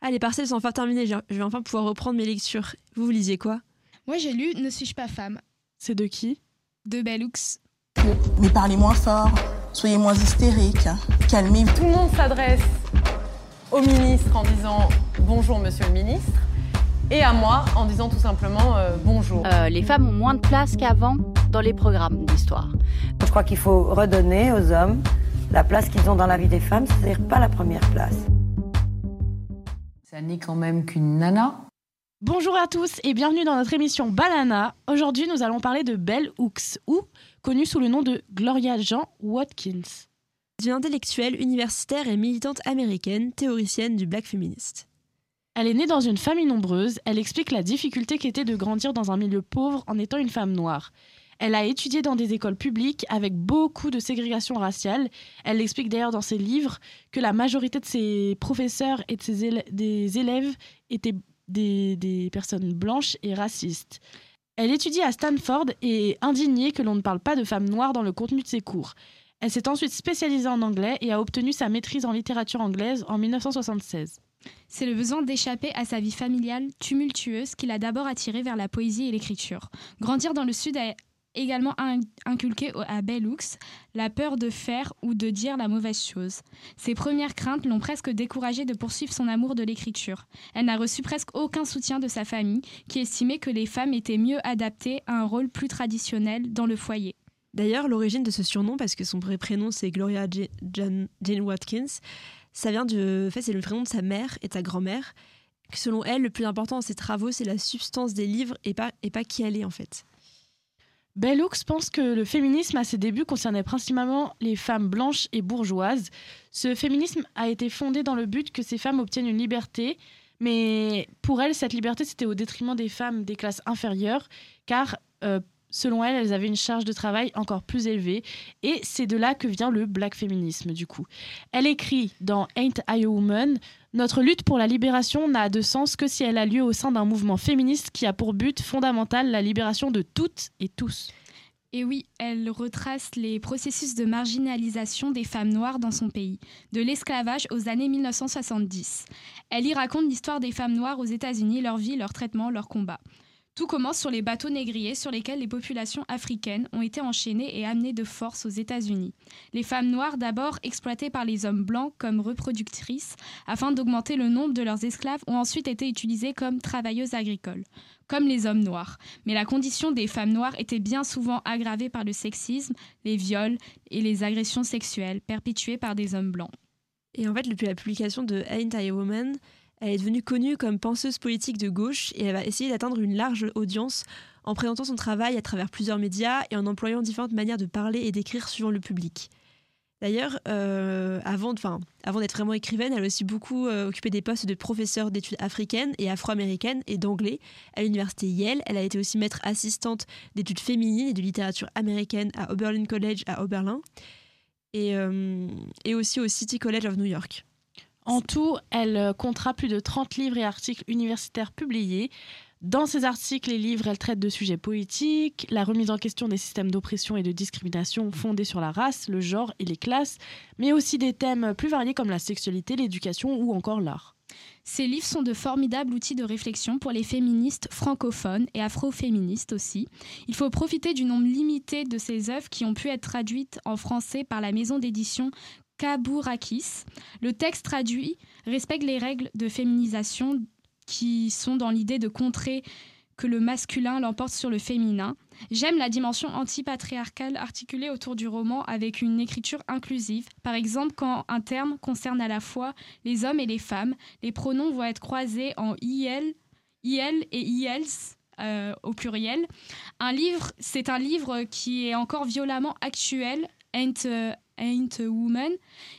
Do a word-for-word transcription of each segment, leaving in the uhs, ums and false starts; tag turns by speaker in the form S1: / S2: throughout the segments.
S1: Ah, les partiels sont enfin terminés, je vais enfin pouvoir reprendre mes lectures. Vous, vous lisiez quoi?
S2: Moi, j'ai lu Ne suis-je pas femme
S3: C'est de qui?
S2: de Bell Hooks.
S4: Mais parlez moins fort, soyez moins hystérique, calmez-vous.
S5: Tout le monde s'adresse au ministre en disant « Bonjour, monsieur le ministre » et à moi en disant tout simplement euh, « Bonjour
S6: euh, ». Les femmes ont moins de place qu'avant dans les programmes d'histoire.
S7: Je crois qu'il faut redonner aux hommes la place qu'ils ont dans la vie des femmes, c'est-à-dire pas la première place.
S5: Ça n'est quand même qu'une nana.
S3: Bonjour à tous et bienvenue dans notre émission Banana. Aujourd'hui, nous allons parler de Bell Hooks, ou connue sous le nom de Gloria Jean Watkins.
S1: Une intellectuelle, universitaire et militante américaine, théoricienne du black féministe.
S3: Elle est née dans une famille nombreuse. Elle explique la difficulté qu'était de grandir dans un milieu pauvre en étant une femme noire. Elle a étudié dans des écoles publiques avec beaucoup de ségrégation raciale. Elle explique d'ailleurs dans ses livres que la majorité de ses professeurs et de ses élèves, des élèves étaient des, des personnes blanches et racistes. Elle étudie à Stanford et est indignée que l'on ne parle pas de femmes noires dans le contenu de ses cours. Elle s'est ensuite spécialisée en anglais et a obtenu sa maîtrise en littérature anglaise en dix-neuf cent soixante-seize.
S2: C'est le besoin d'échapper à sa vie familiale tumultueuse qui l'a d'abord attirée vers la poésie et l'écriture. Grandir dans le Sud a également inculqué à Bell Hooks la peur de faire ou de dire la mauvaise chose. Ses premières craintes l'ont presque découragée de poursuivre son amour de l'écriture. Elle n'a reçu presque aucun soutien de sa famille, qui estimait que les femmes étaient mieux adaptées à un rôle plus traditionnel dans le foyer.
S1: D'ailleurs, l'origine de ce surnom, parce que son vrai prénom c'est Gloria Jane, Jane Watkins, ça vient de, en fait, c'est le prénom de sa mère et de sa grand-mère. Selon elle, le plus important dans ses travaux, c'est la substance des livres et pas, et pas qui elle est en fait.
S3: Bell Hooks pense que le féminisme à ses débuts concernait principalement les femmes blanches et bourgeoises. Ce féminisme a été fondé dans le but que ces femmes obtiennent une liberté, mais pour elle, cette liberté, c'était au détriment des femmes des classes inférieures, car euh, selon elle, elles avaient une charge de travail encore plus élevée, et c'est de là que vient le black féminisme du coup. Elle écrit dans Ain't I a Woman ? Notre lutte pour la libération n'a de sens que si elle a lieu au sein d'un mouvement féministe qui a pour but fondamental la libération de toutes et tous.
S2: Et oui, elle retrace les processus de marginalisation des femmes noires dans son pays, de l'esclavage aux années dix-neuf cent soixante-dix. Elle y raconte l'histoire des femmes noires aux États-Unis, leur vie, leur traitement, leur combat. Tout commence sur les bateaux négriers sur lesquels les populations africaines ont été enchaînées et amenées de force aux États-Unis. Les femmes noires d'abord exploitées par les hommes blancs comme reproductrices afin d'augmenter le nombre de leurs esclaves ont ensuite été utilisées comme travailleuses agricoles, comme les hommes noirs. Mais la condition des femmes noires était bien souvent aggravée par le sexisme, les viols et les agressions sexuelles perpétuées par des hommes blancs.
S1: Et en fait, depuis la publication de Ain't I a Woman, elle est devenue connue comme penseuse politique de gauche et elle va essayer d'atteindre une large audience en présentant son travail à travers plusieurs médias et en employant différentes manières de parler et d'écrire suivant le public. D'ailleurs, euh, avant, avant d'être vraiment écrivaine, elle a aussi beaucoup euh, occupé des postes de professeure d'études africaines et afro-américaines et d'anglais à l'université Yale. Elle a été aussi maître assistante d'études féminines et de littérature américaine à Oberlin College à Oberlin et, euh, et aussi au City College of New York.
S3: En tout, elle comptera plus de trente livres et articles universitaires publiés. Dans ces articles et livres, elle traite de sujets politiques, la remise en question des systèmes d'oppression et de discrimination fondés sur la race, le genre et les classes, mais aussi des thèmes plus variés comme la sexualité, l'éducation ou encore l'art.
S2: Ces livres sont de formidables outils de réflexion pour les féministes francophones et afro-féministes aussi. Il faut profiter du nombre limité de ces œuvres qui ont pu être traduites en français par la maison d'édition Kabourakis. Le texte traduit respecte les règles de féminisation qui sont dans l'idée de contrer que le masculin l'emporte sur le féminin. J'aime la dimension antipatriarcale articulée autour du roman avec une écriture inclusive. Par exemple, quand un terme concerne à la fois les hommes et les femmes, les pronoms vont être croisés en il, il et ils euh, au pluriel. Un livre, c'est un livre qui est encore violemment actuel, Ain't, uh, Ain't a Woman,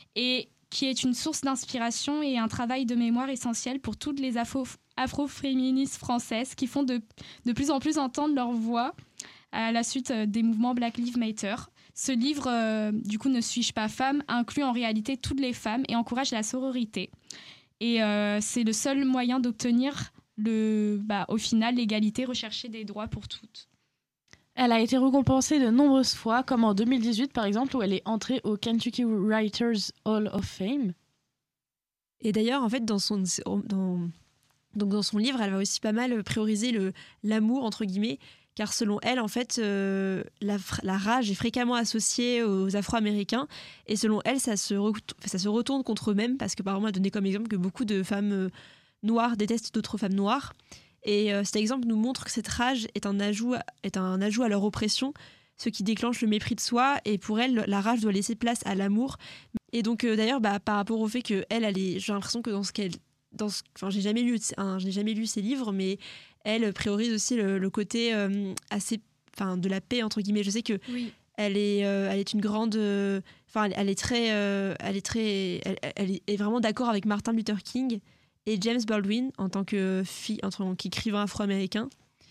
S2: et qui est une source d'inspiration et un travail de mémoire essentiel pour toutes les afro- afro-féministes françaises qui font de, de plus en plus entendre leur voix à la suite des mouvements Black Lives Matter. Ce livre, euh, du coup, Ne suis-je pas femme, inclut en réalité toutes les femmes et encourage la sororité. Et euh, c'est le seul moyen d'obtenir, le, bah, au final, l'égalité, rechercher des droits pour toutes.
S3: Elle a été récompensée de nombreuses fois, comme en deux mille dix-huit par exemple, où elle est entrée au Kentucky Writers Hall of Fame.
S1: Et d'ailleurs, en fait, dans son, dans, donc dans son livre, elle va aussi pas mal prioriser le, l'amour, entre guillemets, car selon elle, en fait, euh, la, la rage est fréquemment associée aux Afro-Américains. Et selon elle, ça se, re, ça se retourne contre eux-mêmes, parce que par exemple, elle a donné comme exemple que beaucoup de femmes euh, noires détestent d'autres femmes noires. Et euh, cet exemple nous montre que cette rage est un ajout, est un ajout à leur oppression, ce qui déclenche le mépris de soi. Et pour elle, la rage doit laisser place à l'amour. Et donc, euh, d'ailleurs, bah, par rapport au fait qu'elle, elle est, j'ai l'impression que dans ce qu'elle... Dans ce, enfin, j'ai jamais lu, hein, j'ai jamais lu ses livres, mais elle priorise aussi le, le côté euh, assez, enfin, de la paix, entre guillemets. Je sais que
S2: Oui.
S1: elle est, euh, elle est une grande... Enfin, euh, elle, elle est très... Euh, elle est très... Elle, elle est vraiment d'accord avec Martin Luther King et James Baldwin en tant que fille, en tant qu'écrivain afro-américain.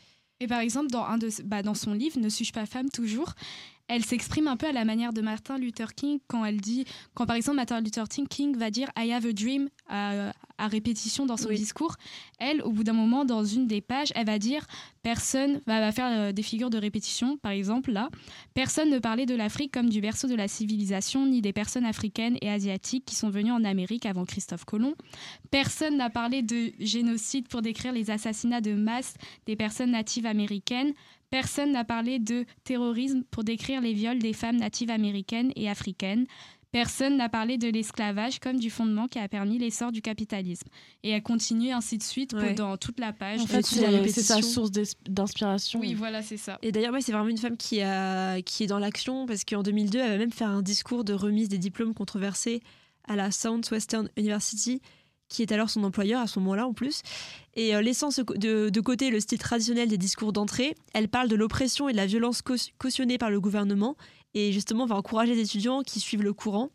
S2: Et par exemple, dans, un de, bah, dans son livre « Ne suis-je pas femme toujours », elle s'exprime un peu à la manière de Martin Luther King quand elle dit, quand par exemple Martin Luther King va dire I have a dream à, à répétition dans son oui. discours. Elle, au bout d'un moment, dans une des pages, elle va dire personne va, va faire des figures de répétition, par exemple là. Personne ne parlait de l'Afrique comme du berceau de la civilisation, ni des personnes africaines et asiatiques qui sont venues en Amérique avant Christophe Colomb. Personne n'a parlé de génocide pour décrire les assassinats de masse des personnes natives américaines. Personne n'a parlé de terrorisme pour décrire les viols des femmes natives américaines et africaines. Personne n'a parlé de l'esclavage comme du fondement qui a permis l'essor du capitalisme. Et elle continue ainsi de suite ouais. dans toute la page.
S3: En fait, c'est, c'est sa source d'inspiration.
S2: Oui, voilà, c'est ça.
S1: Et d'ailleurs, ouais, c'est vraiment une femme qui, a, qui est dans l'action, parce qu'en deux mille deux, elle va même faire un discours de remise des diplômes controversés à la Southwestern University, qui est alors son employeur à ce moment-là en plus. Et euh, laissant ce, de, de côté le style traditionnel des discours d'entrée, elle parle de l'oppression et de la violence cautionnée par le gouvernement et justement va encourager les étudiants qui suivent le courant.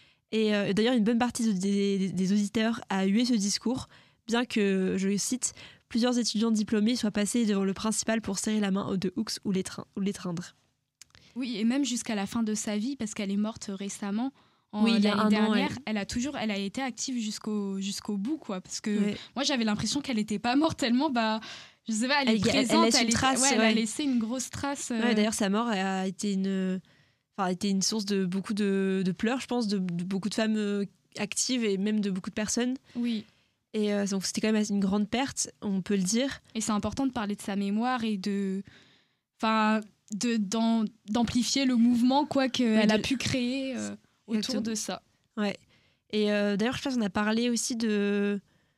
S1: Et euh, d'ailleurs, une bonne partie des, des, des auditeurs a hué ce discours, bien que, je cite, plusieurs étudiants diplômés soient passés devant le principal pour serrer la main de Hooks ou l'étreindre.
S2: Oui, et même jusqu'à la fin de sa vie, parce qu'elle est morte récemment. En,
S1: oui, il y a
S2: l'année
S1: un an,
S2: dernière,
S1: elle...
S2: elle a toujours, elle a été active jusqu'au jusqu'au bout, quoi. Parce que
S1: ouais.
S2: moi, j'avais l'impression qu'elle n'était pas morte tellement, bah, je sais pas, elle, elle est présente,
S1: elle, elle, laisse
S2: elle,
S1: une trace,
S2: ouais,
S1: ouais.
S2: elle a laissé une grosse trace. Euh...
S1: Ouais, d'ailleurs, sa mort a été une, enfin, a été une source de beaucoup de, de pleurs, je pense, de, de beaucoup de femmes actives et même de beaucoup de personnes.
S2: Oui.
S1: Et euh, donc, c'était quand même une grande perte, on peut le dire.
S2: Et c'est important de parler de sa mémoire et de, enfin, de d'am, d'amplifier le mouvement, quoi, qu'elle ouais, de... a pu créer euh, autour Exactement. de ça.
S1: Ouais. Et euh, d'ailleurs, je pense qu'on a parlé aussi de,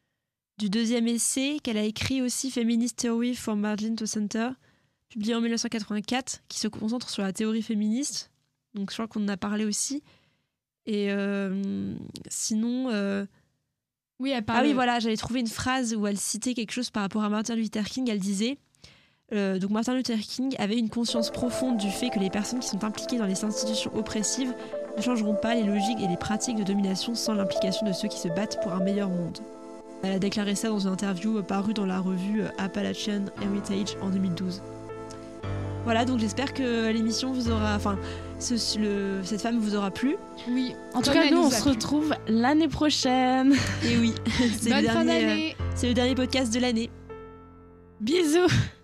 S1: du deuxième essai qu'elle a écrit aussi, Feminist Theory from Margin to Center, publié en dix-neuf cent quatre-vingt-quatre, qui se concentre sur la théorie féministe. Donc, je crois qu'on en a parlé aussi. Et euh, sinon... Euh...
S2: Oui, elle parle...
S1: Ah oui, voilà, j'avais trouvé une phrase où elle citait quelque chose par rapport à Martin Luther King. Elle disait... Euh, donc Martin Luther King avait une conscience profonde du fait que les personnes qui sont impliquées dans les institutions oppressives ne changeront pas les logiques et les pratiques de domination sans l'implication de ceux qui se battent pour un meilleur monde. Elle a déclaré ça dans une interview parue dans la revue Appalachian Heritage en deux mille douze. Voilà, donc j'espère que l'émission vous aura... Enfin, ce, le, cette femme vous aura plu.
S2: Oui.
S3: En tout cas, nous, on se retrouve l'année prochaine.
S1: Et oui, c'est,
S2: Bonne
S1: le
S2: fin
S1: dernier,
S2: d'année.
S1: Euh, c'est le dernier podcast de l'année.
S3: Bisous.